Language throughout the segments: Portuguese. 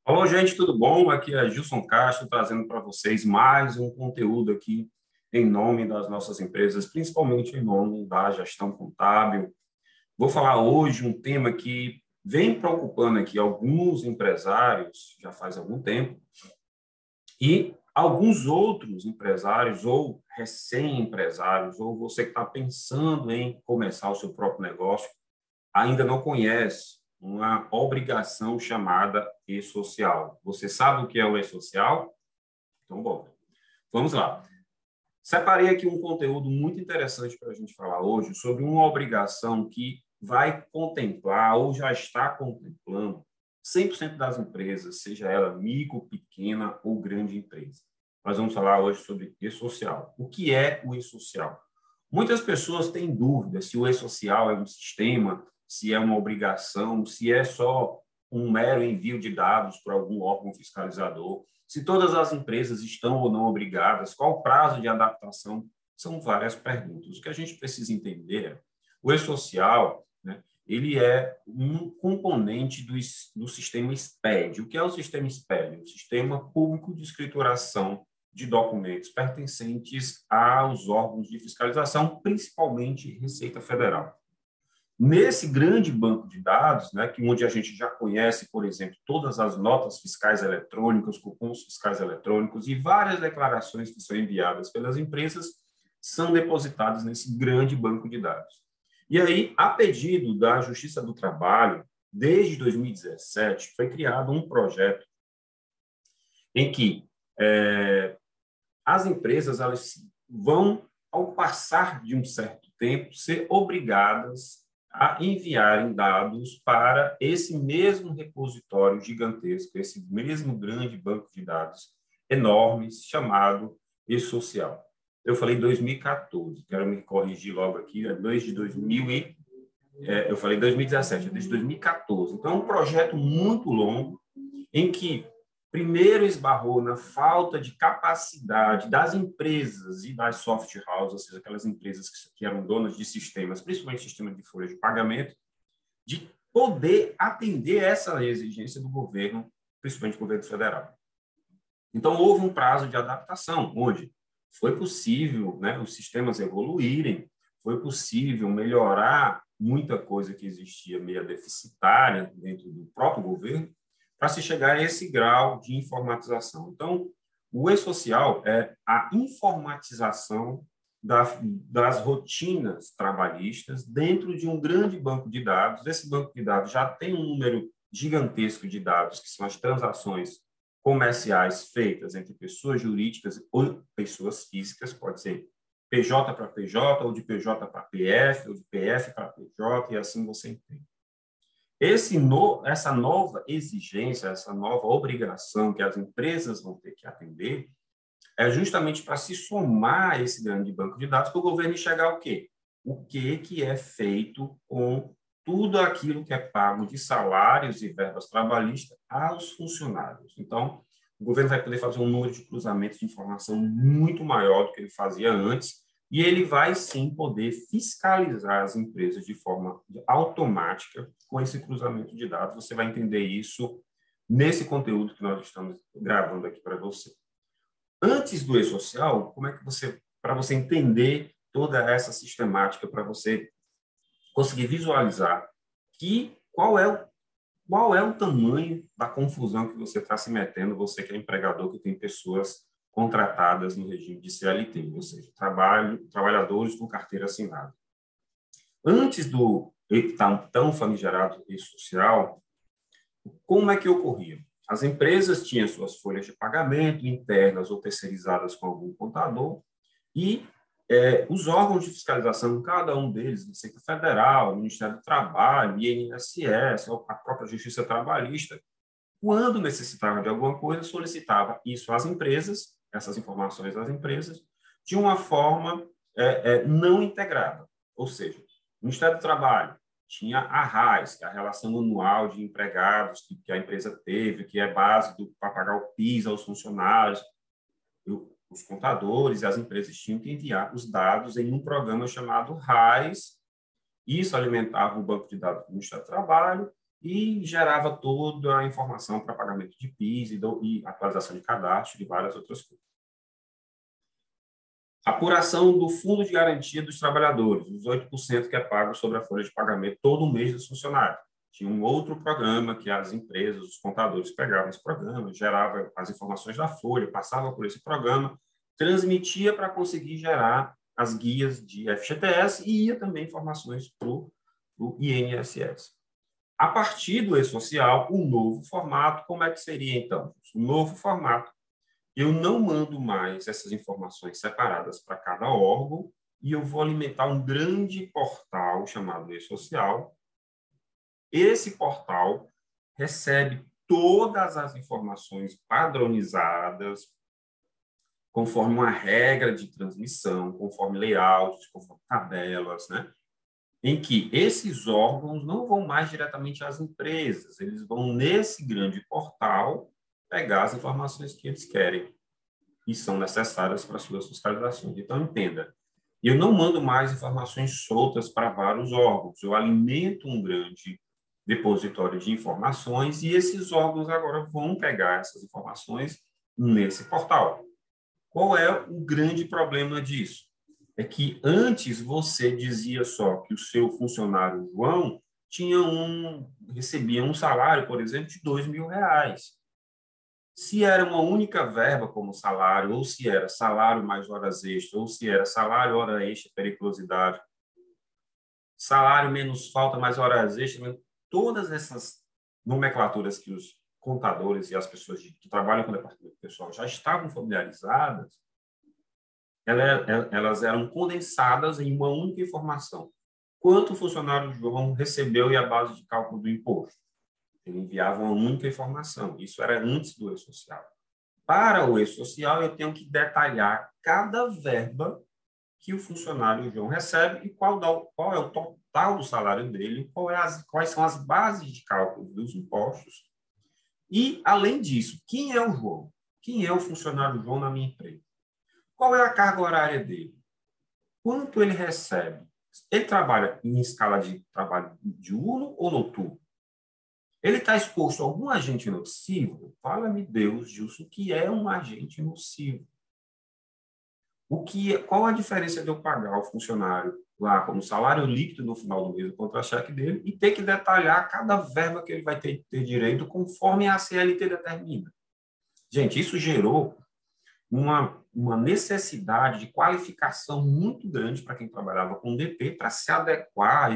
Alô, gente, tudo bom? Aqui é Gilson Castro trazendo para vocês mais um conteúdo aqui em nome das nossas empresas, principalmente em nome da gestão contábil. Vou falar hoje um tema que vem preocupando aqui alguns empresários já faz algum tempo e alguns outros empresários ou recém-empresários ou você que está pensando em começar o seu próprio negócio ainda não conhece uma obrigação chamada e-social. Você sabe o que é o e-social? Então, bom, vamos lá. Separei aqui um conteúdo muito interessante para a gente falar hoje sobre uma obrigação que vai contemplar ou já está contemplando 100% das empresas, seja ela micro, pequena ou grande empresa. Nós vamos falar hoje sobre e-social. O que é o e-social? Muitas pessoas têm dúvidas se o e-social é um sistema, se é uma obrigação, se é só um mero envio de dados para algum órgão fiscalizador, se todas as empresas estão ou não obrigadas, qual o prazo de adaptação, são várias perguntas. O que a gente precisa entender é, o e-social, né, ele é um componente do sistema SPED. O que é o sistema SPED? O Sistema Público de Escrituração de documentos pertencentes aos órgãos de fiscalização, principalmente Receita Federal. Nesse grande banco de dados, né, que onde a gente já conhece, por exemplo, todas as notas fiscais eletrônicas, cupons fiscais eletrônicos e várias declarações que são enviadas pelas empresas, são depositadas nesse grande banco de dados. E aí, a pedido da Justiça do Trabalho, desde 2017, foi criado um projeto em que as empresas elas vão, ao passar de um certo tempo, ser obrigadas a enviarem dados para esse mesmo repositório gigantesco, esse mesmo grande banco de dados enorme, chamado e-social. Eu falei 2014, quero me corrigir logo aqui, é desde 2000 eu falei 2017, é desde 2014. Então, é um projeto muito longo, em que primeiro esbarrou na falta de capacidade das empresas e das soft houses, ou seja, aquelas empresas que eram donas de sistemas, principalmente sistemas de folha de pagamento, de poder atender essa exigência do governo, principalmente do governo federal. Então, houve um prazo de adaptação, onde foi possível, né, os sistemas evoluírem, foi possível melhorar muita coisa que existia meio deficitária dentro do próprio governo, para se chegar a esse grau de informatização. Então, o e-social é a informatização das rotinas trabalhistas dentro de um grande banco de dados. Esse banco de dados já tem um número gigantesco de dados, que são as transações comerciais feitas entre pessoas jurídicas ou pessoas físicas, pode ser PJ para PJ, ou de PJ para PF, ou de PF para PJ, e assim você entende. Essa nova exigência, essa nova obrigação que as empresas vão ter que atender, é justamente para se somar a esse grande banco de dados para o governo enxergar o quê? O que é feito com tudo aquilo que é pago de salários e verbas trabalhistas aos funcionários. Então, o governo vai poder fazer um número de cruzamentos de informação muito maior do que ele fazia antes, e ele vai sim poder fiscalizar as empresas de forma automática com esse cruzamento de dados. Você vai entender isso nesse conteúdo que nós estamos gravando aqui para você. Antes do e-social, como é que você, para você entender toda essa sistemática, para você conseguir visualizar qual é o tamanho da confusão que você está se metendo, você que é empregador, que tem pessoas contratadas no regime de CLT, ou seja, trabalhadores com carteira assinada. Antes do tão famigerado e-social, como é que ocorria? As empresas tinham suas folhas de pagamento internas ou terceirizadas com algum contador e os órgãos de fiscalização, cada um deles, Receita Federal, Ministério do Trabalho, INSS, a própria Justiça Trabalhista, quando necessitava de alguma coisa, solicitava isso às empresas, essas informações às empresas, de uma forma não integrada. Ou seja, o Ministério do Trabalho tinha a RAIS, que é a Relação Anual de Empregados que a empresa teve, que é base para pagar o PIS aos funcionários. Os contadores e as empresas tinham que enviar os dados em um programa chamado RAIS. Isso alimentava o banco de dados do Ministério do Trabalho, e gerava toda a informação para pagamento de PIS e atualização de cadastro e várias outras coisas. Apuração do Fundo de Garantia dos Trabalhadores, os 8% que é pago sobre a folha de pagamento todo mês dos funcionários. Tinha um outro programa que as empresas, os contadores pegavam esse programa, gerava as informações da folha, passava por esse programa, transmitia para conseguir gerar as guias de FGTS e ia também informações para o INSS. A partir do e-social, o novo formato, como é que seria então? O novo formato, eu não mando mais essas informações separadas para cada órgão e eu vou alimentar um grande portal chamado e-social. Esse portal recebe todas as informações padronizadas, conforme uma regra de transmissão, conforme layouts, conforme tabelas, né? Em que esses órgãos não vão mais diretamente às empresas, eles vão nesse grande portal pegar as informações que eles querem e são necessárias para suas fiscalizações. Então, entenda, eu não mando mais informações soltas para vários órgãos, eu alimento um grande depositório de informações e esses órgãos agora vão pegar essas informações nesse portal. Qual é o grande problema disso? É que antes você dizia só que o seu funcionário João recebia um salário, por exemplo, de R$ 2.000. Se era uma única verba como salário, ou se era salário mais horas extras, ou se era salário, hora extra, periculosidade, salário menos falta mais horas extras, todas essas nomenclaturas que os contadores e as pessoas que trabalham com o departamento pessoal já estavam familiarizadas, elas eram condensadas em uma única informação. Quanto o funcionário João recebeu e a base de cálculo do imposto? Ele enviava uma única informação. Isso era antes do e-social. Para o e-social, eu tenho que detalhar cada verba que o funcionário João recebe e qual é o total do salário dele, quais são as bases de cálculo dos impostos. E, além disso, quem é o João? Quem é o funcionário João na minha empresa? Qual é a carga horária dele? Quanto ele recebe? Ele trabalha em escala de trabalho diurno ou noturno? Ele está exposto a algum agente nocivo? Fala-me Deus, Gilson, o que é um agente nocivo? Qual a diferença de eu pagar o funcionário lá como salário líquido no final do mês, o contra-cheque dele, e ter que detalhar cada verba que ele vai ter direito conforme a CLT determina? Gente, isso gerou uma necessidade de qualificação muito grande para quem trabalhava com DP para se adequar a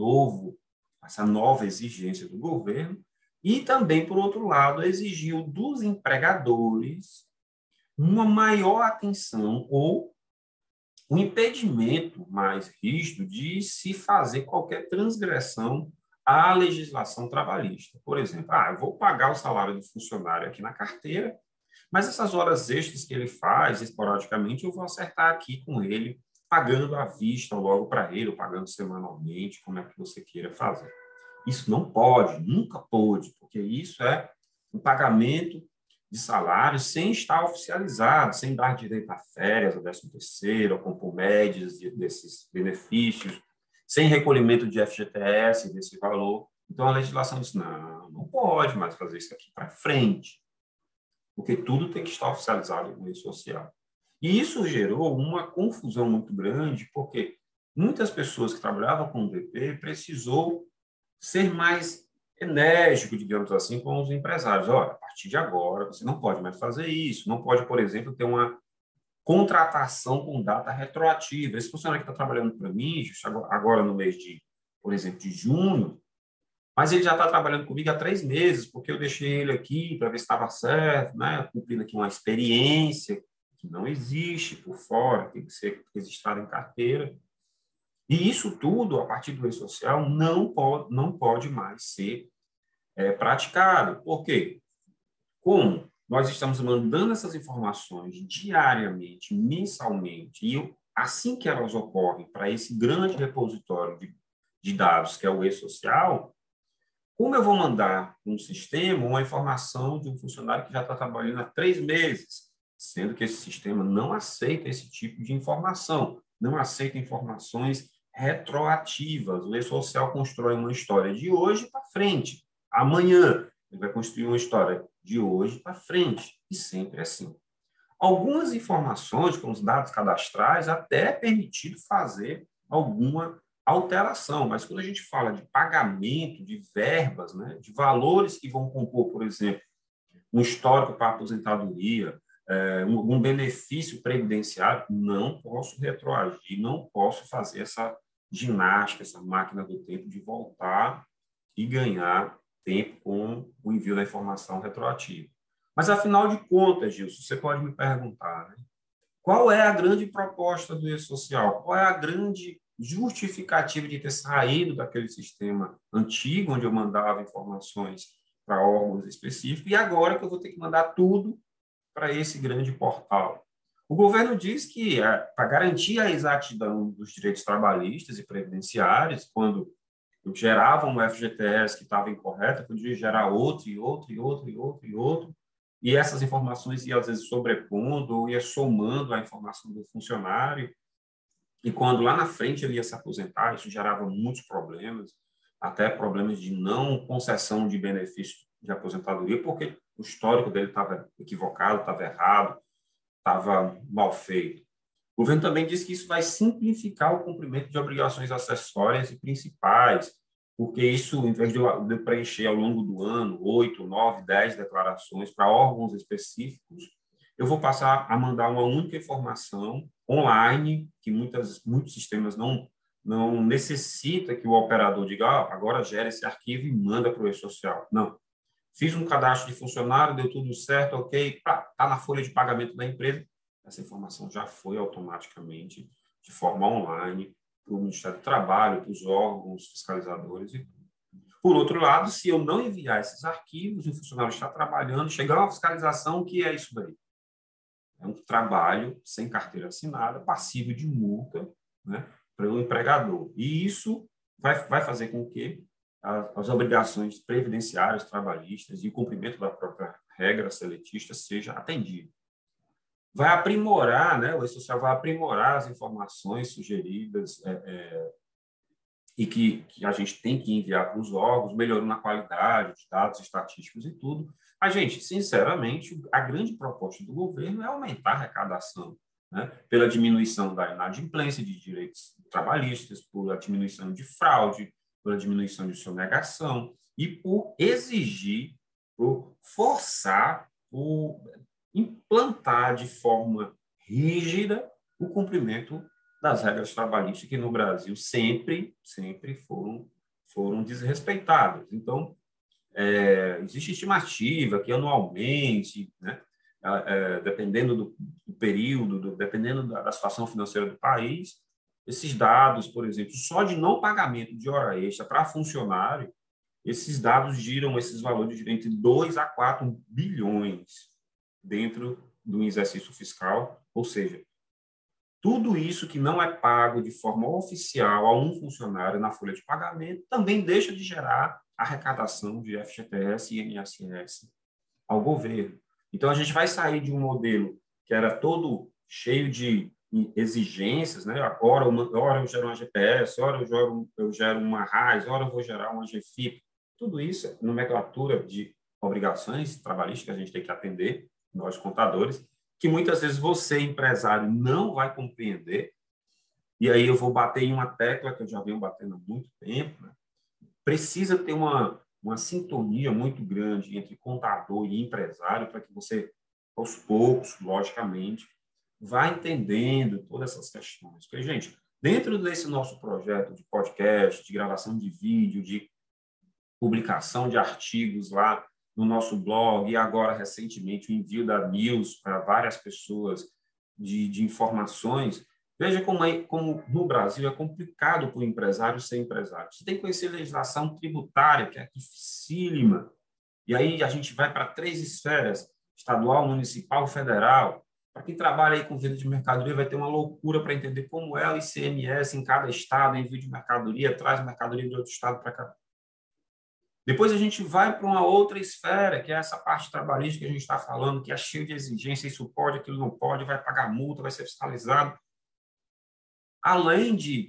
essa nova exigência do governo e também, por outro lado, exigiu dos empregadores uma maior atenção ou um impedimento mais rígido de se fazer qualquer transgressão à legislação trabalhista. Por exemplo, eu vou pagar o salário do funcionário aqui na carteira, mas essas horas extras que ele faz, esporadicamente, eu vou acertar aqui com ele, pagando à vista logo para ele, ou pagando semanalmente, como é que você queira fazer. Isso não pode, nunca pôde, porque isso é um pagamento de salário sem estar oficializado, sem dar direito a férias, a 13º, a compor médias desses benefícios, sem recolhimento de FGTS desse valor. Então, a legislação diz, não pode mais fazer isso aqui para frente, porque tudo tem que estar oficializado no e-social. E isso gerou uma confusão muito grande, porque muitas pessoas que trabalhavam com o DP precisou ser mais enérgico, digamos assim, com os empresários. Olha, a partir de agora, você não pode mais fazer isso, não pode, por exemplo, ter uma contratação com data retroativa. Esse funcionário que está trabalhando para mim, agora no mês de, por exemplo, de junho, mas ele já está trabalhando comigo há 3 meses, porque eu deixei ele aqui para ver se estava certo, né? Cumprindo aqui uma experiência que não existe por fora, tem que ser registrado em carteira. E isso tudo, a partir do e-social, não pode mais ser praticado. Por quê? Como nós estamos mandando essas informações diariamente, mensalmente, e assim que elas ocorrem para esse grande repositório de dados, que é o e-social, como eu vou mandar um sistema uma informação de um funcionário que já está trabalhando há 3 meses, sendo que esse sistema não aceita esse tipo de informação, não aceita informações retroativas. O e-social constrói uma história de hoje para frente. amanhã. Ele vai construir uma história de hoje para frente, e sempre assim. Algumas informações, como os dados cadastrais, até é permitido fazer alguma alteração, mas quando a gente fala de pagamento, de verbas, né, de valores que vão compor, por exemplo, um histórico para aposentadoria, um benefício previdenciário, não posso retroagir, não posso fazer essa ginástica, essa máquina do tempo de voltar e ganhar tempo com o envio da informação retroativa. Mas, afinal de contas, Gilson, você pode me perguntar, né? Qual é a grande proposta do e-social? Qual é a grande justificativa de ter saído daquele sistema antigo, onde eu mandava informações para órgãos específicos, e agora que eu vou ter que mandar tudo para esse grande portal? O governo diz que, para garantir a exatidão dos direitos trabalhistas e previdenciários, quando eu gerava um FGTS que estava incorreto, eu podia gerar outro, e outro, e outro, e outro, e outro, e essas informações iam, às vezes, sobrepondo, ou ia somando a informação do funcionário, e quando lá na frente ele ia se aposentar, isso gerava muitos problemas, até problemas de não concessão de benefício de aposentadoria, porque o histórico dele estava equivocado, estava errado, estava mal feito. O governo também diz que isso vai simplificar o cumprimento de obrigações acessórias e principais, porque isso, em vez de eu preencher ao longo do ano 8, 9, 10 declarações para órgãos específicos, eu vou passar a mandar uma única informação online, que muitos sistemas não necessita que o operador diga, agora gera esse arquivo e manda para o e-social. Não. Fiz um cadastro de funcionário, deu tudo certo, ok, está na folha de pagamento da empresa, essa informação já foi automaticamente, de forma online, para o Ministério do Trabalho, para os órgãos fiscalizadores e tudo. Por outro lado, se eu não enviar esses arquivos, o funcionário está trabalhando, chegar uma fiscalização, o que é isso daí? É um trabalho sem carteira assinada, passível de multa, né, para o empregador. E isso vai fazer com que as obrigações previdenciárias, trabalhistas e o cumprimento da própria regra seletista seja atendido. Vai aprimorar, né, o e-social vai aprimorar as informações sugeridas e que a gente tem que enviar para os órgãos, melhorando a qualidade de dados estatísticos e tudo. Mas, gente, sinceramente, a grande proposta do governo é aumentar a arrecadação, né, pela diminuição da inadimplência de direitos trabalhistas, pela diminuição de fraude, pela diminuição de sonegação e por exigir, por forçar, por implantar de forma rígida o cumprimento das regras trabalhistas que no Brasil sempre foram desrespeitadas. Então, existe estimativa que anualmente, né, dependendo do período, dependendo da situação financeira do país, esses dados, por exemplo, só de não pagamento de hora extra para funcionário, esses dados giram esses valores de entre 2 a 4 bilhões dentro do exercício fiscal, ou seja, tudo isso que não é pago de forma oficial a um funcionário na folha de pagamento também deixa de gerar arrecadação de FGTS e INSS ao governo. Então, a gente vai sair de um modelo que era todo cheio de exigências, né? Ora eu gero uma GPS, ora eu gero uma RAIS, ora eu vou gerar uma GFIP. Tudo isso é nomenclatura de obrigações trabalhistas que a gente tem que atender, nós contadores, que muitas vezes você, empresário, não vai compreender. E aí eu vou bater em uma tecla que eu já venho batendo há muito tempo, né? Precisa ter uma sintonia muito grande entre contador e empresário para que você, aos poucos, logicamente, vá entendendo todas essas questões. Porque, gente, dentro desse nosso projeto de podcast, de gravação de vídeo, de publicação de artigos lá no nosso blog, e agora, recentemente, o envio da news para várias pessoas de informações, veja como no Brasil é complicado para o empresário ser empresário. Você tem que conhecer a legislação tributária, que é dificílima, e aí a gente vai para 3 esferas, estadual, municipal, federal. Para quem trabalha aí com venda de mercadoria, vai ter uma loucura para entender como é o ICMS em cada estado, envio de mercadoria, traz mercadoria de outro estado para cá. Depois a gente vai para uma outra esfera, que é essa parte trabalhista que a gente está falando, que é cheio de exigência, isso pode, aquilo não pode, vai pagar multa, vai ser fiscalizado. Além de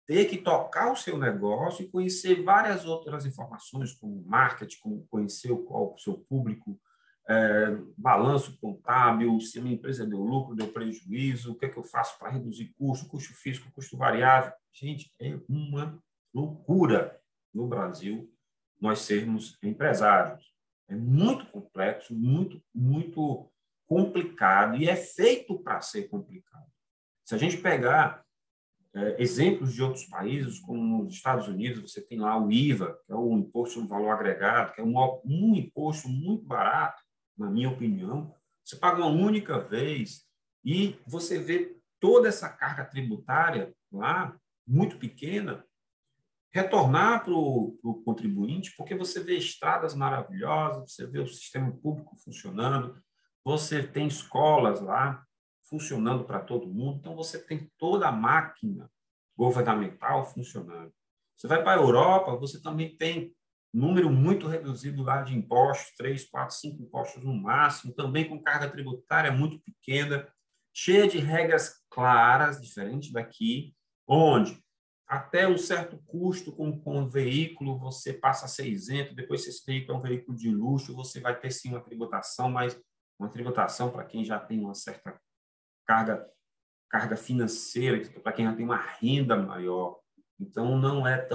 ter que tocar o seu negócio e conhecer várias outras informações, como marketing, como conhecer qual o seu público, balanço contábil, se a minha empresa deu lucro, deu prejuízo, o que é que eu faço para reduzir custo fixo, custo variável. Gente, é uma loucura no Brasil nós sermos empresários. É muito complexo, muito complicado e é feito para ser complicado. Se a gente pegar exemplos de outros países, como nos Estados Unidos, você tem lá o IVA, que é o Imposto sobre Valor Agregado, que é um imposto muito barato, na minha opinião. Você paga uma única vez e você vê toda essa carga tributária lá, muito pequena, retornar para o contribuinte, porque você vê estradas maravilhosas, você vê o sistema público funcionando, você tem escolas lá funcionando para todo mundo, então você tem toda a máquina governamental funcionando. Você vai para a Europa, você também tem um número muito reduzido lá de impostos, 3, 4, 5 impostos no máximo, também com carga tributária muito pequena, cheia de regras claras, diferente daqui, onde até um certo custo com o veículo, você passa a ser isento, depois se esse veículo é um veículo de luxo, você vai ter sim uma tributação, mas uma tributação para quem já tem uma certa carga financeira, para quem já tem uma renda maior. Então, não é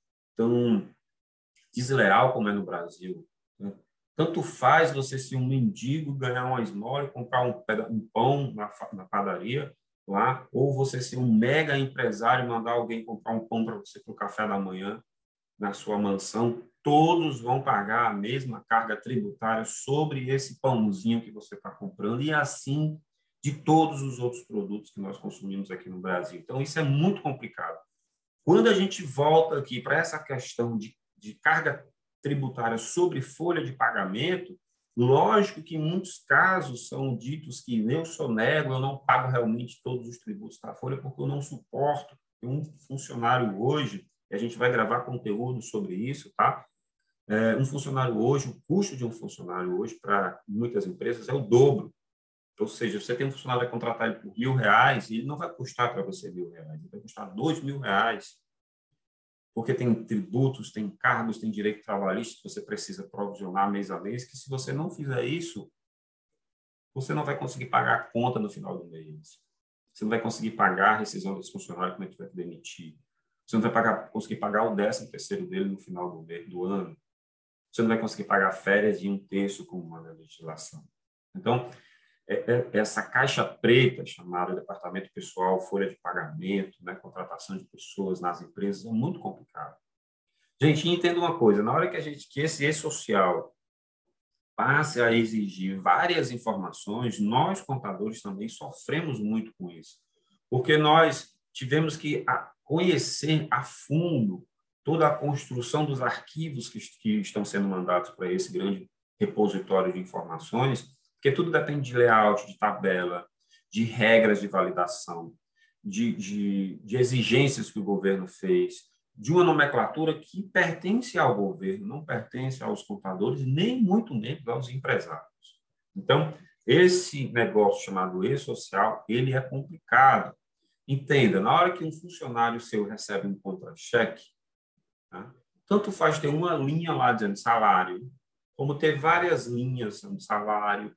tão desleal como é no Brasil. Né? Tanto faz você ser um mendigo, ganhar uma esmola, comprar um pão na padaria, lá, ou você ser um mega empresário, mandar alguém comprar um pão para você para o café da manhã na sua mansão, todos vão pagar a mesma carga tributária sobre esse pãozinho que você está comprando e assim de todos os outros produtos que nós consumimos aqui no Brasil. Então, isso é muito complicado. Quando a gente volta aqui para essa questão de carga tributária sobre folha de pagamento, lógico que em muitos casos são ditos que eu sonego, eu não pago realmente todos os tributos da folha porque eu não suporto um funcionário hoje, e a gente vai gravar conteúdo sobre isso, tá? Um funcionário hoje, o custo de um funcionário hoje para muitas empresas é o dobro. Ou seja, você tem um funcionário que vai contratar ele por R$ 1.000 e ele não vai custar para você R$ 1.000, ele vai custar R$ 2.000, porque tem tributos, tem cargos, tem direito trabalhista que você precisa provisionar mês a mês, que se você não fizer isso, você não vai conseguir pagar a conta no final do mês. Você não vai conseguir pagar a rescisão desse funcionário quando ele tiver que demitir. Você não vai conseguir pagar o 13º dele no final do mês, do ano. Você não vai conseguir pagar férias de 1/3, como manda a legislação. Então, essa caixa preta, chamada Departamento Pessoal, folha de pagamento, né, contratação de pessoas nas empresas, é muito complicado. Gente, entenda uma coisa, na hora que esse e-social passe a exigir várias informações, nós, contadores, também sofremos muito com isso, porque nós tivemos que conhecer a fundo toda a construção dos arquivos que estão sendo mandados para esse grande repositório de informações, porque tudo depende de layout, de tabela, de regras de validação, de exigências que o governo fez, de uma nomenclatura que pertence ao governo, não pertence aos contadores, nem muito menos aos empresários. Então, esse negócio chamado e-social, ele é complicado. Entenda, na hora que um funcionário seu recebe um contra-cheque, tá? Tanto faz ter uma linha lá dizendo salário, como ter várias linhas de salário,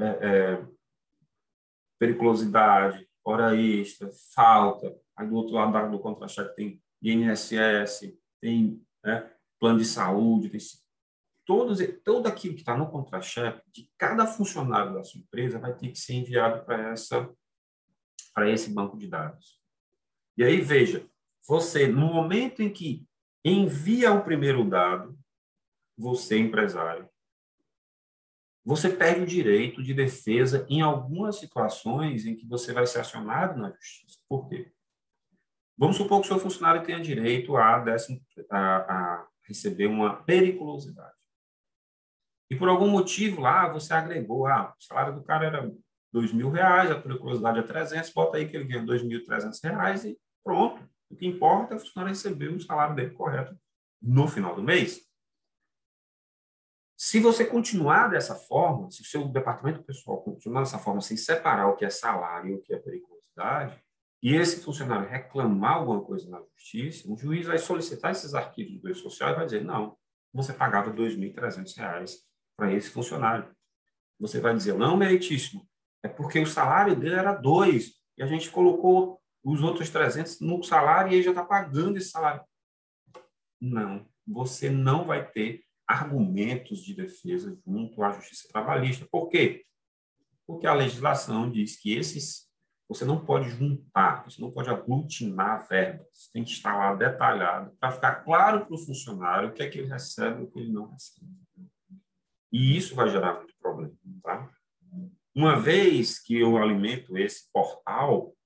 periculosidade, hora extra, falta. Aí do outro lado do contra-cheque tem INSS, tem, né, plano de saúde, tem todo aquilo que está no contra-cheque de cada funcionário da sua empresa vai ter que ser enviado para esse banco de dados. E aí, veja, você, no momento em que envia o primeiro dado, você, empresário, você perde o direito de defesa em algumas situações em que você vai ser acionado na justiça. Por quê? Vamos supor que o seu funcionário tenha direito a receber uma periculosidade. E por algum motivo lá você agregou, o salário do cara era R$ 2.000, a periculosidade é 300, bota aí que ele ganha R$ 2.300 e pronto. O que importa é o funcionário receber o salário dele correto no final do mês. Se você continuar dessa forma, se o seu departamento pessoal continuar dessa forma, sem separar o que é salário e o que é periculosidade, e esse funcionário reclamar alguma coisa na justiça, o juiz vai solicitar esses arquivos do E-Social e vai dizer, não, você pagava R$ 2.300 para esse funcionário. Você vai dizer, não, meritíssimo, é porque o salário dele era 2 e a gente colocou os outros 300 no salário e ele já está pagando esse salário. Não, você não vai ter argumentos de defesa junto à justiça trabalhista. Por quê? Porque a legislação diz que você não pode juntar, você não pode aglutinar verbas. Tem que estar lá detalhado para ficar claro para o funcionário o que é que ele recebe e o que ele não recebe. E isso vai gerar muito problema, tá? Uma vez que eu alimento esse portal,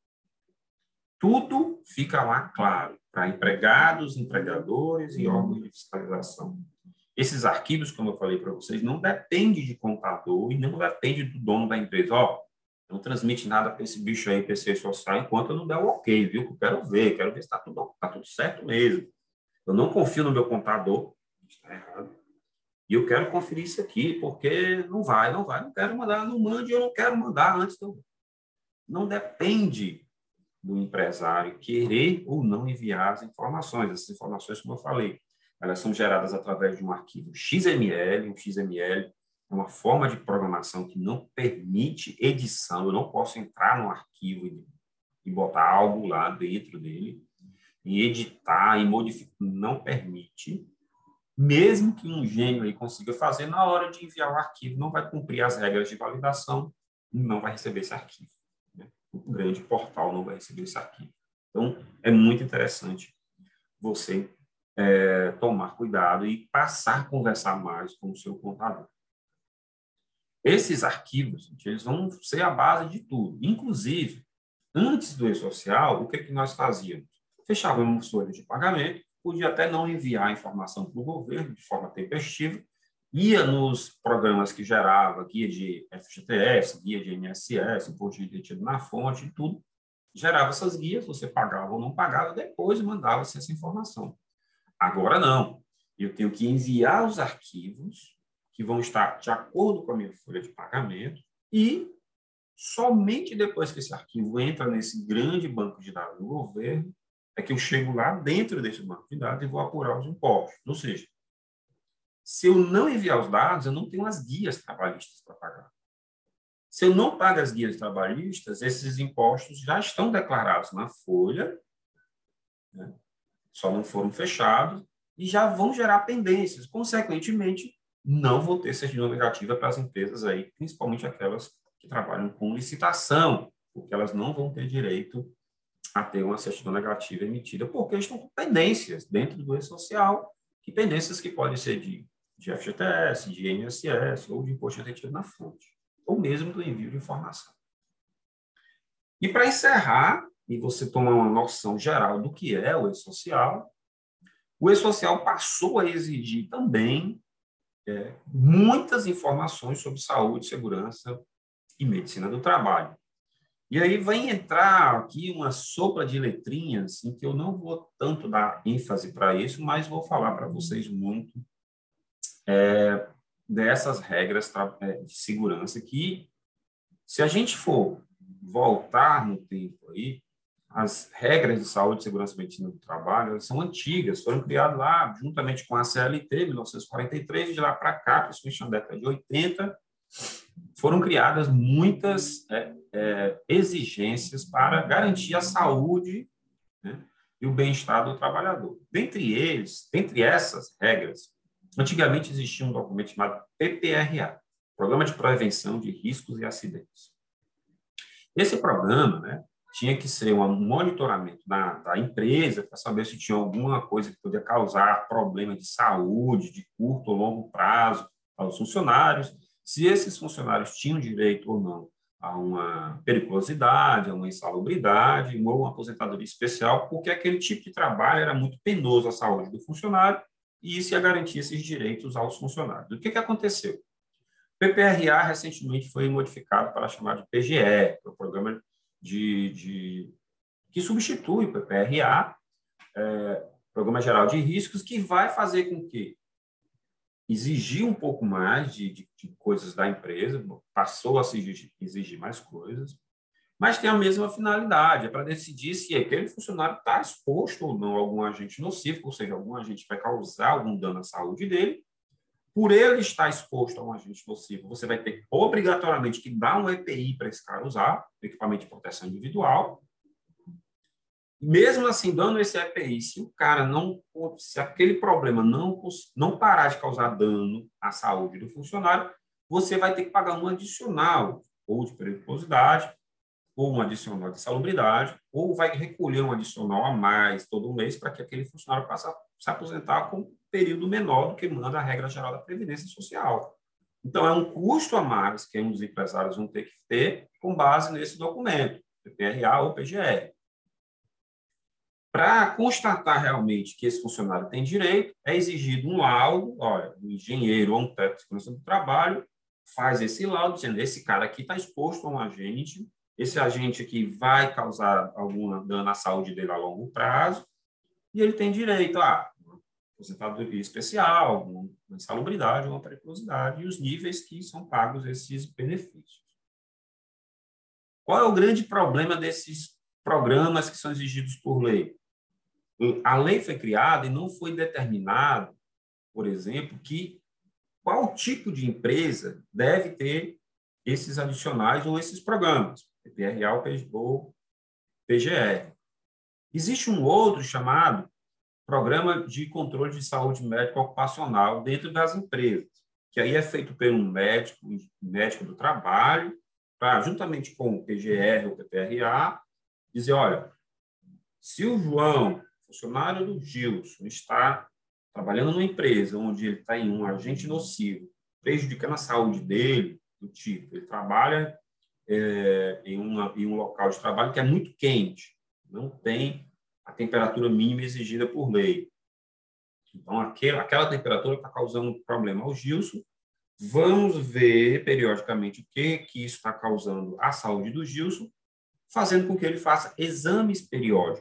tudo fica lá claro para empregados, empregadores e órgãos de fiscalização. Esses arquivos, como eu falei para vocês, não dependem de contador e não depende do dono da empresa. Ó, não transmite nada para esse bicho aí, para esse social, enquanto eu não der o ok, viu? Eu quero ver se está tudo certo mesmo. Eu não confio no meu contador, está errado. E eu quero conferir isso aqui, porque não vai, não quero mandar, não mande, eu não quero mandar antes. Não depende do empresário querer ou não enviar as informações. Essas informações, como eu falei, elas são geradas através de um arquivo XML. Um XML é uma forma de programação que não permite edição. Eu não posso entrar no arquivo e botar algo lá dentro dele, e editar e modificar. Não permite. Mesmo que um gênio aí consiga fazer, na hora de enviar o arquivo, não vai cumprir as regras de validação, não vai receber esse arquivo. O grande portal não vai receber esse arquivo. Então, é muito interessante você tomar cuidado e passar a conversar mais com o seu contador. Esses arquivos, eles vão ser a base de tudo. Inclusive, antes do E-Social, o que, que nós fazíamos? Fechávamos folhas de pagamento, podia até não enviar a informação para o governo de forma tempestiva, ia nos programas que gerava, guia de FGTS, guia de INSS, imposto de retido na fonte, e tudo, gerava essas guias, você pagava ou não pagava, depois mandava-se essa informação. Agora não, eu tenho que enviar os arquivos que vão estar de acordo com a minha folha de pagamento e somente depois que esse arquivo entra nesse grande banco de dados do governo é que eu chego lá dentro desse banco de dados e vou apurar os impostos. Ou seja, se eu não enviar os dados, eu não tenho as guias trabalhistas para pagar. Se eu não pago as guias trabalhistas, esses impostos já estão declarados na folha, né? Só não foram fechados e já vão gerar pendências. Consequentemente, não vou ter certidão negativa para as empresas aí, principalmente aquelas que trabalham com licitação, porque elas não vão ter direito a ter uma certidão negativa emitida, porque estão com pendências dentro do E-Social, que pendências que podem ser de FGTS, de INSS ou de imposto retido na fonte, ou mesmo do envio de informação. E para encerrar, e você tomar uma noção geral do que é o E-Social passou a exigir também muitas informações sobre saúde, segurança e medicina do trabalho. E aí vai entrar aqui uma sopa de letrinhas em que eu não vou tanto dar ênfase para isso, mas vou falar para vocês muito dessas regras de segurança que, se a gente for voltar no tempo aí, as regras de saúde, segurança e medicina do trabalho, elas são antigas, foram criadas lá juntamente com a CLT, 1943, e de lá para cá, principalmente na década de 80, foram criadas muitas exigências para garantir a saúde, né, e o bem-estar do trabalhador. Dentre essas regras, antigamente existia um documento chamado PPRA, Programa de Prevenção de Riscos e Acidentes. Esse programa, né, tinha que ser um monitoramento da empresa para saber se tinha alguma coisa que podia causar problema de saúde, de curto ou longo prazo aos funcionários, se esses funcionários tinham direito ou não a uma periculosidade, a uma insalubridade ou uma aposentadoria especial, porque aquele tipo de trabalho era muito penoso à saúde do funcionário e isso ia garantir esses direitos aos funcionários. O que aconteceu? O PPRA recentemente foi modificado para chamar de PGE, que é o Programa que substitui o PPRA, Programa Geral de Riscos, que vai fazer com que exigir um pouco mais de coisas da empresa, passou a se exigir mais coisas, mas tem a mesma finalidade, é para decidir se aquele funcionário está exposto ou não a algum agente nocivo, ou seja, algum agente vai causar algum dano à saúde dele. Por ele estar exposto a um agente nocivo, você vai ter obrigatoriamente que dar um EPI para esse cara usar, equipamento de proteção individual. Mesmo assim, dando esse EPI, se o cara não, se aquele problema não parar de causar dano à saúde do funcionário, você vai ter que pagar um adicional, ou de periculosidade, ou um adicional de salubridade, ou vai recolher um adicional a mais todo mês para que aquele funcionário possa se aposentar com um período menor do que manda a regra geral da Previdência Social. Então, é um custo a mais que os empresários vão ter que ter com base nesse documento, PPRA ou PGR. Para constatar realmente que esse funcionário tem direito, é exigido um laudo, olha, um engenheiro ou um técnico de segurança do trabalho faz esse laudo, dizendo esse cara aqui está exposto a um agente, esse agente aqui vai causar algum dano à saúde dele a longo prazo, e ele tem direito a uma aposentadoria especial, uma insalubridade, uma periculosidade, e os níveis que são pagos esses benefícios. Qual é o grande problema desses programas que são exigidos por lei? A lei foi criada e não foi determinado, por exemplo, que qual tipo de empresa deve ter esses adicionais ou esses programas, PPRA ou PGR. Existe um outro chamado Programa de Controle de Saúde Médica Ocupacional dentro das empresas, que aí é feito por um médico do trabalho, para, juntamente com o PGR ou PPRA, dizer, olha, se o João, funcionário do Gilson, está trabalhando numa empresa onde ele está em um agente nocivo, prejudicando a saúde dele, do tipo, ele trabalha em um local de trabalho que é muito quente, não tem a temperatura mínima exigida por lei. Então, aquela temperatura está causando problema ao Gilson. Vamos ver periodicamente o que isso está causando à saúde do Gilson, fazendo com que ele faça exames periódicos.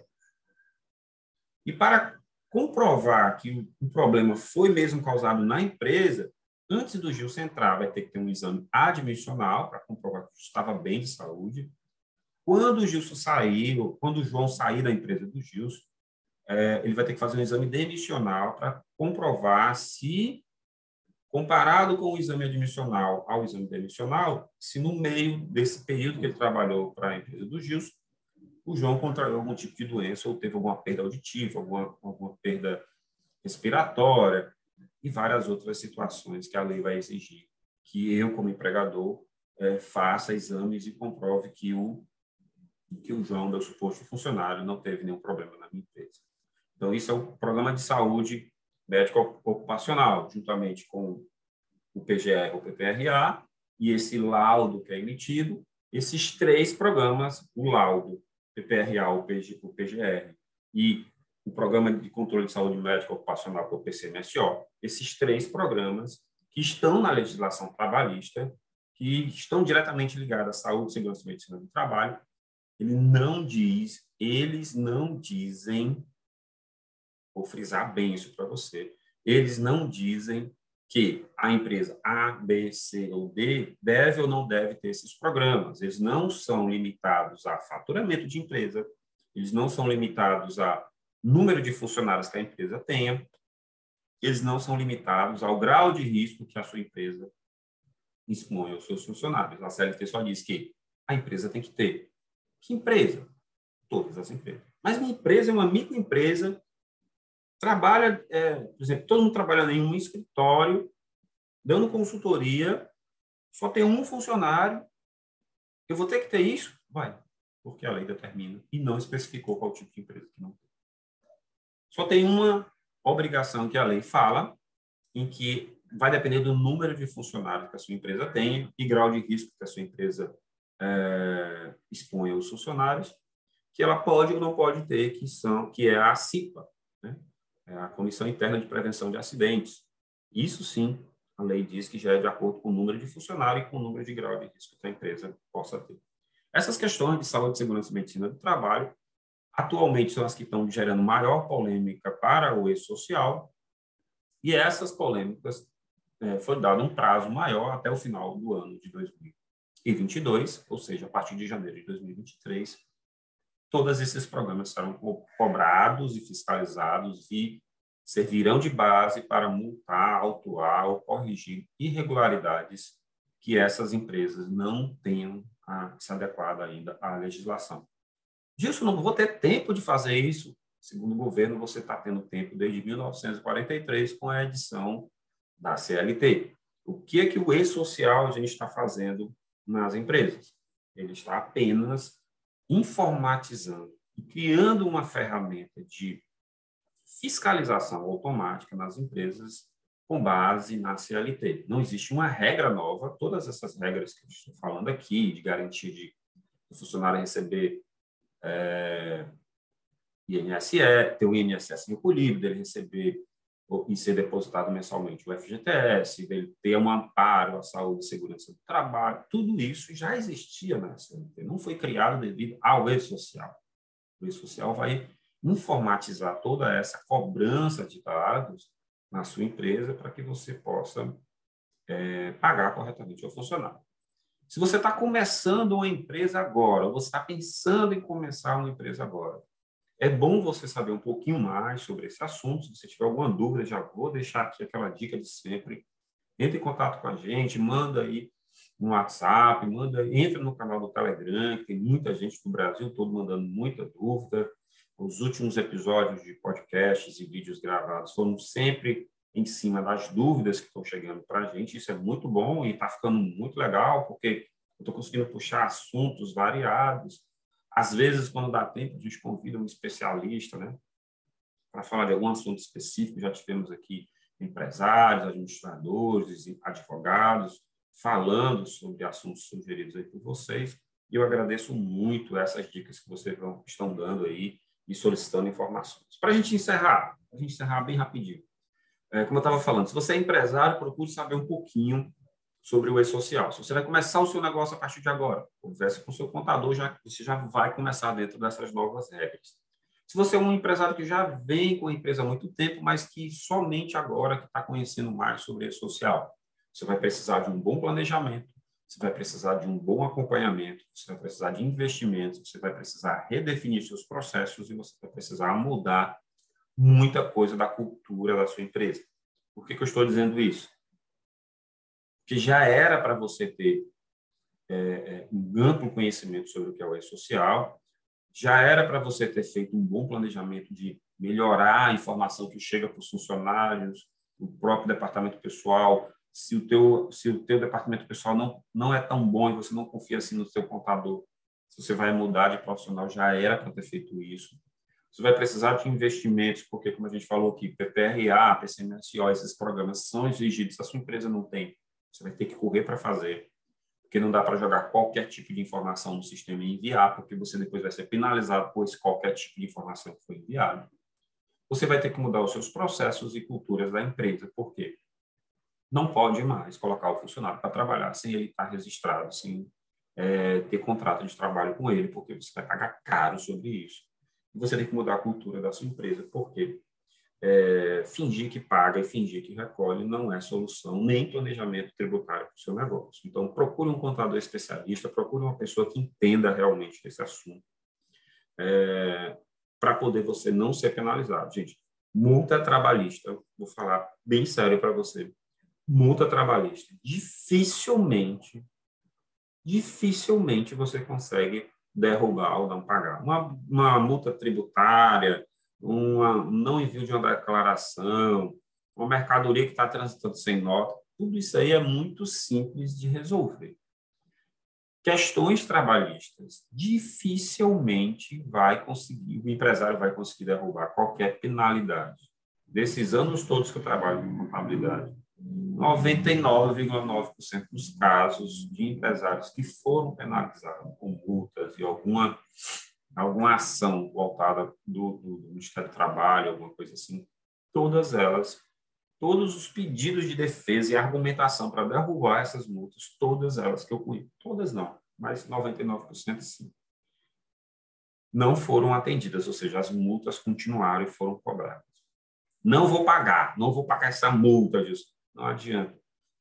E para comprovar que o problema foi mesmo causado na empresa, antes do Gilson entrar, vai ter que ter um exame admissional para comprovar que estava bem de saúde. Quando o Gilson sair, ou quando o João sair da empresa do Gilson, ele vai ter que fazer um exame demissional para comprovar se, comparado com o exame admissional ao exame demissional, se no meio desse período que ele trabalhou para a empresa do Gilson, o João contraiu algum tipo de doença ou teve alguma perda auditiva, alguma perda respiratória e várias outras situações que a lei vai exigir que eu, como empregador, faça exames e comprove que o João, meu suposto funcionário, não teve nenhum problema na minha empresa. Então, isso é o Programa de Saúde Médica Ocupacional, juntamente com o PGR ou PPRA, e esse laudo que é emitido, esses três programas, o laudo, PPRA, o PGR e o Programa de Controle de Saúde Médica Ocupacional, que é o PCMSO, esses três programas que estão na legislação trabalhista, que estão diretamente ligados à saúde, segurança e medicina do trabalho, eles não dizem, vou frisar bem isso para você, eles não dizem que a empresa A, B, C ou D deve ou não deve ter esses programas. Eles não são limitados a faturamento de empresa, eles não são limitados a número de funcionários que a empresa tenha, eles não são limitados ao grau de risco que a sua empresa expõe aos seus funcionários. A CLT só diz que a empresa tem que ter. Que empresa? Todas as empresas. Mas uma empresa é uma microempresa, trabalha, por exemplo, todo mundo trabalhando em um escritório, dando consultoria, só tem um funcionário, eu vou ter que ter isso? Vai, porque a lei determina e não especificou qual tipo de empresa que não tem. Só tem uma obrigação que a lei fala, em que vai depender do número de funcionários que a sua empresa tem e grau de risco que a sua empresa expõe aos funcionários, que ela pode ou não pode ter, que é a CIPA, né? É a Comissão Interna de Prevenção de Acidentes. Isso sim, a lei diz que já é de acordo com o número de funcionário e com o número de grau de risco que a empresa possa ter. Essas questões de saúde, segurança e medicina do trabalho, atualmente são as que estão gerando maior polêmica para o E-Social, e essas polêmicas foi dado um prazo maior até o final do ano de 2020. 2022, ou seja, a partir de janeiro de 2023, todos esses programas serão cobrados e fiscalizados e servirão de base para multar, autuar ou corrigir irregularidades que essas empresas não tenham se adequado ainda à legislação. Disso, não vou ter tempo de fazer isso. Segundo o governo, você está tendo tempo desde 1943 com a edição da CLT. O que é que o e-social a gente está fazendo nas empresas? Ele está apenas informatizando e criando uma ferramenta de fiscalização automática nas empresas com base na CLT. Não existe uma regra nova, todas essas regras que eu estou falando aqui, de garantia de o funcionário receber INSS, ter o INSS recolhido, dele receber e ser depositado mensalmente o FGTS, dele ter um amparo à saúde e segurança do trabalho, tudo isso já existia na CLT, não foi criado devido ao e-social. O e-social vai informatizar toda essa cobrança de dados na sua empresa para que você possa pagar corretamente ao funcionário. Se você está começando uma empresa agora, ou você está pensando em começar uma empresa agora, é bom você saber um pouquinho mais sobre esse assunto. Se você tiver alguma dúvida, já vou deixar aqui aquela dica de sempre. Entre em contato com a gente, manda aí no WhatsApp, entra no canal do Telegram, que tem muita gente do Brasil todo mandando muita dúvida. Os últimos episódios de podcasts e vídeos gravados foram sempre em cima das dúvidas que estão chegando para a gente. Isso é muito bom e está ficando muito legal, porque eu estou conseguindo puxar assuntos variados. Às vezes, quando dá tempo, a gente convida um especialista, né, para falar de algum assunto específico. Já tivemos aqui empresários, administradores, advogados, falando sobre assuntos sugeridos aí por vocês. E eu agradeço muito essas dicas que vocês estão dando aí e solicitando informações. Para a gente encerrar bem rapidinho. Como eu estava falando, se você é empresário, procure saber um pouquinho sobre o e-social. Se você vai começar o seu negócio a partir de agora, converse com o seu contador, você já vai começar dentro dessas novas regras. Se você é um empresário que já vem com a empresa há muito tempo, mas que somente agora que está conhecendo mais sobre o e-social, você vai precisar de um bom planejamento, você vai precisar de um bom acompanhamento, você vai precisar de investimentos, você vai precisar redefinir seus processos e você vai precisar mudar muita coisa da cultura da sua empresa. Por que eu estou dizendo isso? Que já era para você ter um amplo conhecimento sobre o que é o e-social, já era para você ter feito um bom planejamento de melhorar a informação que chega para os funcionários, o próprio departamento pessoal. Se o teu departamento pessoal não é tão bom e você não confia assim no seu contador, se você vai mudar de profissional, já era para ter feito isso. Você vai precisar de investimentos, porque, como a gente falou aqui, PPRA, PCMSO, esses programas são exigidos. Se a sua empresa não tem, você vai ter que correr para fazer, porque não dá para jogar qualquer tipo de informação no sistema e enviar, porque você depois vai ser penalizado por qualquer tipo de informação que foi enviada. Você vai ter que mudar os seus processos e culturas da empresa, porque não pode mais colocar o funcionário para trabalhar sem ele estar registrado, sem ter contrato de trabalho com ele, porque você vai pagar caro sobre isso. E você tem que mudar a cultura da sua empresa, porque fingir que paga e fingir que recolhe não é solução, nem planejamento tributário para o seu negócio. Então, procure um contador especialista, procure uma pessoa que entenda realmente desse assunto, para poder você não ser penalizado. Gente, multa trabalhista, vou falar bem sério para você, multa trabalhista, dificilmente você consegue derrubar ou não pagar. Uma multa tributária, não envio de uma declaração, uma mercadoria que está transitando sem nota, tudo isso aí é muito simples de resolver. Questões trabalhistas, dificilmente o empresário vai conseguir derrubar qualquer penalidade. Desses anos todos que eu trabalho com contabilidade, 99,9% dos casos de empresários que foram penalizados com multas e alguma ação voltada do Ministério do Trabalho, alguma coisa assim, todos os pedidos de defesa e argumentação para derrubar essas multas, todas elas que eu conheço, todas não, mas 99% sim, não foram atendidas, ou seja, as multas continuaram e foram cobradas. Não vou pagar essa multa disso. Não adianta.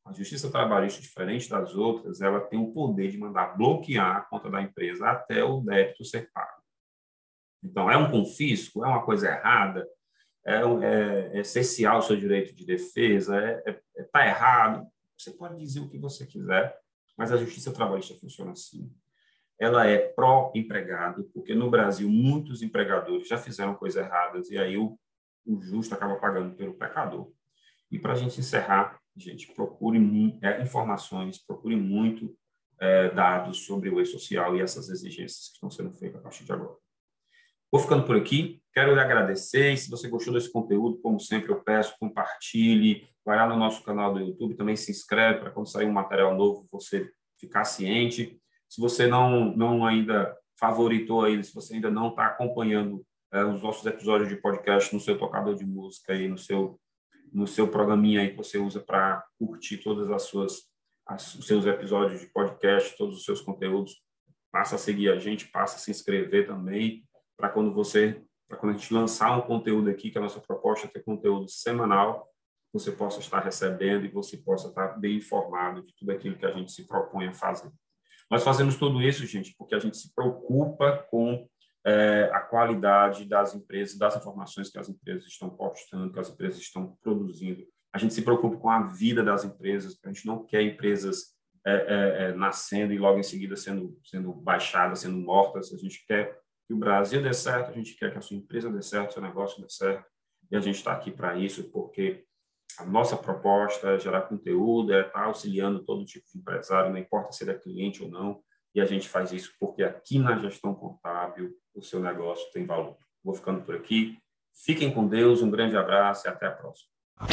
A justiça trabalhista, diferente das outras, ela tem o poder de mandar bloquear a conta da empresa até o débito ser pago. Então, é um confisco? É uma coisa errada? É essencial o seu direito de defesa? Está errado? Você pode dizer o que você quiser, mas a justiça trabalhista funciona assim. Ela é pró-empregado, porque no Brasil muitos empregadores já fizeram coisas erradas e aí o justo acaba pagando pelo pecador. E para a gente encerrar, gente, procure informações, procure muito dados sobre o e-social e essas exigências que estão sendo feitas a partir de agora. Vou ficando por aqui, quero lhe agradecer, e se você gostou desse conteúdo, como sempre eu peço, compartilhe, vai lá no nosso canal do YouTube, também se inscreve para quando sair um material novo você ficar ciente. Se você não ainda favoritou ele, se você ainda não está acompanhando os nossos episódios de podcast no seu tocador de música aí, no seu programinha aí que você usa para curtir todas os seus episódios de podcast, todos os seus conteúdos, passa a seguir a gente, passa a se inscrever também, para quando a gente lançar um conteúdo aqui, que a nossa proposta é ter conteúdo semanal, você possa estar recebendo e você possa estar bem informado de tudo aquilo que a gente se propõe a fazer. Nós fazemos tudo isso, gente, porque a gente se preocupa com a qualidade das empresas, das informações que as empresas estão postando, que as empresas estão produzindo. A gente se preocupa com a vida das empresas, porque a gente não quer empresas nascendo e logo em seguida sendo baixadas, sendo mortas. A gente quer que o Brasil dê certo, a gente quer que a sua empresa dê certo, seu negócio dê certo, e a gente está aqui para isso, porque a nossa proposta é gerar conteúdo, é estar auxiliando todo tipo de empresário, não importa se ele é cliente ou não, e a gente faz isso porque aqui na gestão contábil o seu negócio tem valor. Vou ficando por aqui. Fiquem com Deus, um grande abraço e até a próxima.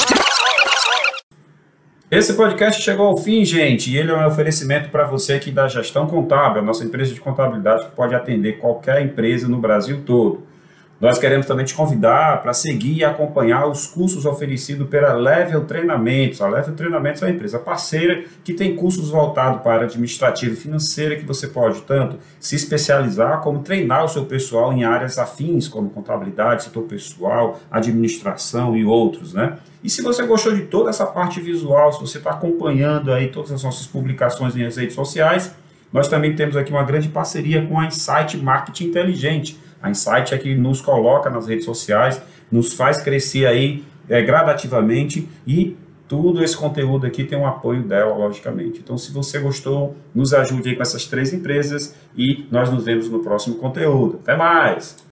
Esse podcast chegou ao fim, gente, e ele é um oferecimento para você aqui da Gestão Contábil, a nossa empresa de contabilidade que pode atender qualquer empresa no Brasil todo. Nós queremos também te convidar para seguir e acompanhar os cursos oferecidos pela Level Treinamentos. A Level Treinamentos é uma empresa parceira que tem cursos voltados para a área administrativa e financeira que você pode tanto se especializar como treinar o seu pessoal em áreas afins, como contabilidade, setor pessoal, administração e outros, né? E se você gostou de toda essa parte visual, se você está acompanhando aí todas as nossas publicações nas redes sociais, nós também temos aqui uma grande parceria com a Insight Marketing Inteligente. A Insight é que nos coloca nas redes sociais, nos faz crescer aí gradativamente e tudo esse conteúdo aqui tem um apoio dela, logicamente. Então, se você gostou, nos ajude aí com essas 3 empresas e nós nos vemos no próximo conteúdo. Até mais!